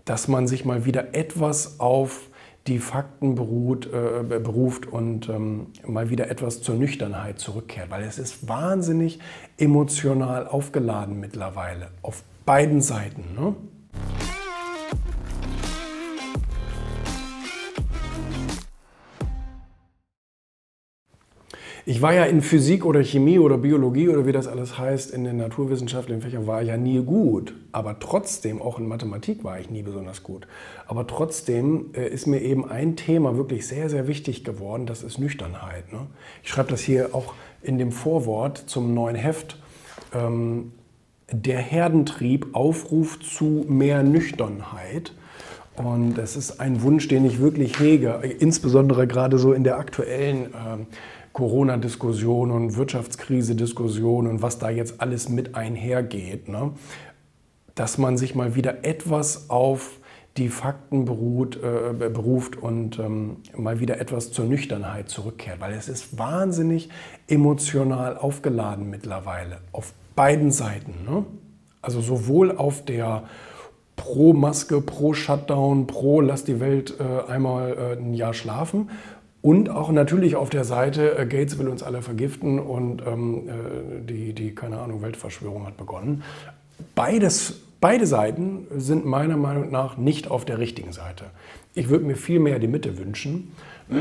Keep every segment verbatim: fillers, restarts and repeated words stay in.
dass man sich mal wieder etwas auf die Fakten beruht, äh, beruft und ähm, mal wieder etwas zur Nüchternheit zurückkehrt, weil es ist wahnsinnig emotional aufgeladen mittlerweile, auf beiden Seiten, ne? Ich war ja in Physik oder Chemie oder Biologie oder wie das alles heißt, in den naturwissenschaftlichen Fächern war ich ja nie gut. Aber trotzdem, auch in Mathematik war ich nie besonders gut. Aber trotzdem äh, ist mir eben ein Thema wirklich sehr, sehr wichtig geworden, das ist Nüchternheit, ne? Ich schreibe das hier auch in dem Vorwort zum neuen Heft. Ähm, der Herdentrieb, Aufruf zu mehr Nüchternheit. Und das ist ein Wunsch, den ich wirklich hege, insbesondere gerade so in der aktuellen äh, Corona-Diskussion und Wirtschaftskrise-Diskussion und was da jetzt alles mit einhergeht, ne? Dass man sich mal wieder etwas auf die Fakten beruht, äh, beruft und ähm, mal wieder etwas zur Nüchternheit zurückkehrt, weil es ist wahnsinnig emotional aufgeladen mittlerweile, auf beiden Seiten, ne? Also sowohl auf der pro Maske, pro Shutdown, pro lass die Welt äh, einmal äh, ein Jahr schlafen. Und auch natürlich auf der Seite, äh, Gates will uns alle vergiften und ähm, äh, die, die, keine Ahnung, Weltverschwörung hat begonnen. Beides, beide Seiten sind meiner Meinung nach nicht auf der richtigen Seite. Ich würde mir viel mehr die Mitte wünschen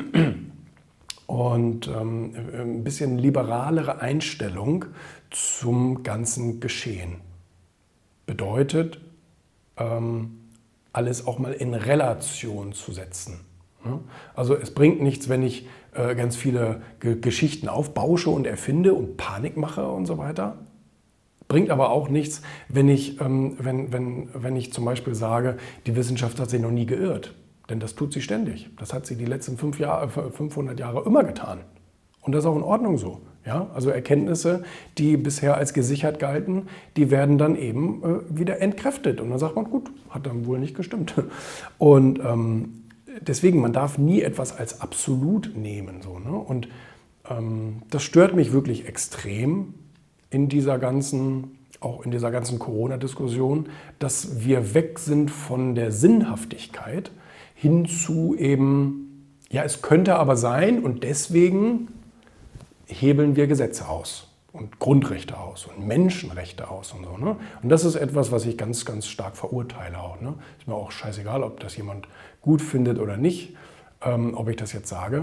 und ähm, ein bisschen liberalere Einstellung zum ganzen Geschehen. Bedeutet, ähm, alles auch mal in Relation zu setzen. Also es bringt nichts, wenn ich äh, ganz viele Ge Geschichten aufbausche und erfinde und Panik mache und so weiter. Bringt aber auch nichts, wenn ich, ähm, wenn, wenn, wenn ich zum Beispiel sage, die Wissenschaft hat sich noch nie geirrt. Denn das tut sie ständig. Das hat sie die letzten fünf Jahre, fünfhundert Jahre immer getan. Und das ist auch in Ordnung so. Ja? Also Erkenntnisse, die bisher als gesichert galten, die werden dann eben äh, wieder entkräftet. Und dann sagt man, gut, hat dann wohl nicht gestimmt. Und ähm, deswegen, man darf nie etwas als absolut nehmen. So, ne? Und ähm, das stört mich wirklich extrem in dieser ganzen, auch in dieser ganzen Corona-Diskussion, dass wir weg sind von der Sinnhaftigkeit hin zu eben, ja, es könnte aber sein und deswegen hebeln wir Gesetze aus und Grundrechte aus und Menschenrechte aus und so, ne? Und das ist etwas, was ich ganz, ganz stark verurteile auch, ne? Ist mir auch scheißegal, ob das jemand gut findet oder nicht, ähm, ob ich das jetzt sage.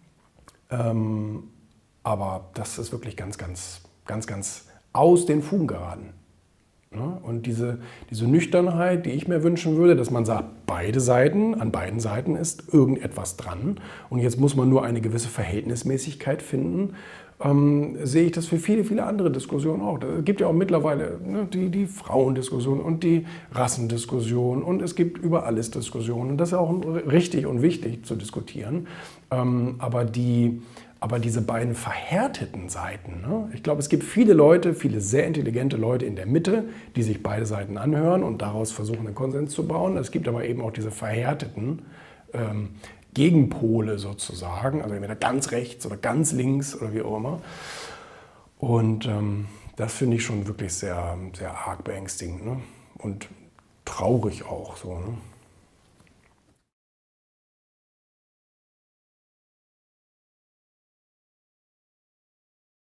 Ähm, aber das ist wirklich ganz, ganz, ganz, ganz aus den Fugen geraten. Ne? Und diese, diese Nüchternheit, die ich mir wünschen würde, dass man sagt, beide Seiten, an beiden Seiten ist irgendetwas dran und jetzt muss man nur eine gewisse Verhältnismäßigkeit finden, ähm, sehe ich das für viele, viele andere Diskussionen auch. Es gibt ja auch mittlerweile ne, die, die Frauendiskussion und die Rassendiskussion und es gibt über alles Diskussionen. Und das ist auch richtig und wichtig zu diskutieren. Ähm, aber, die, aber diese beiden verhärteten Seiten, ne? Ich glaube, es gibt viele Leute, viele sehr intelligente Leute in der Mitte, die sich beide Seiten anhören und daraus versuchen, einen Konsens zu bauen. Es gibt aber eben auch diese verhärteten ähm, Gegenpole sozusagen, also entweder ganz rechts oder ganz links oder wie auch immer. Und ähm, das finde ich schon wirklich sehr, sehr arg beängstigend, ne? Und traurig auch so, ne?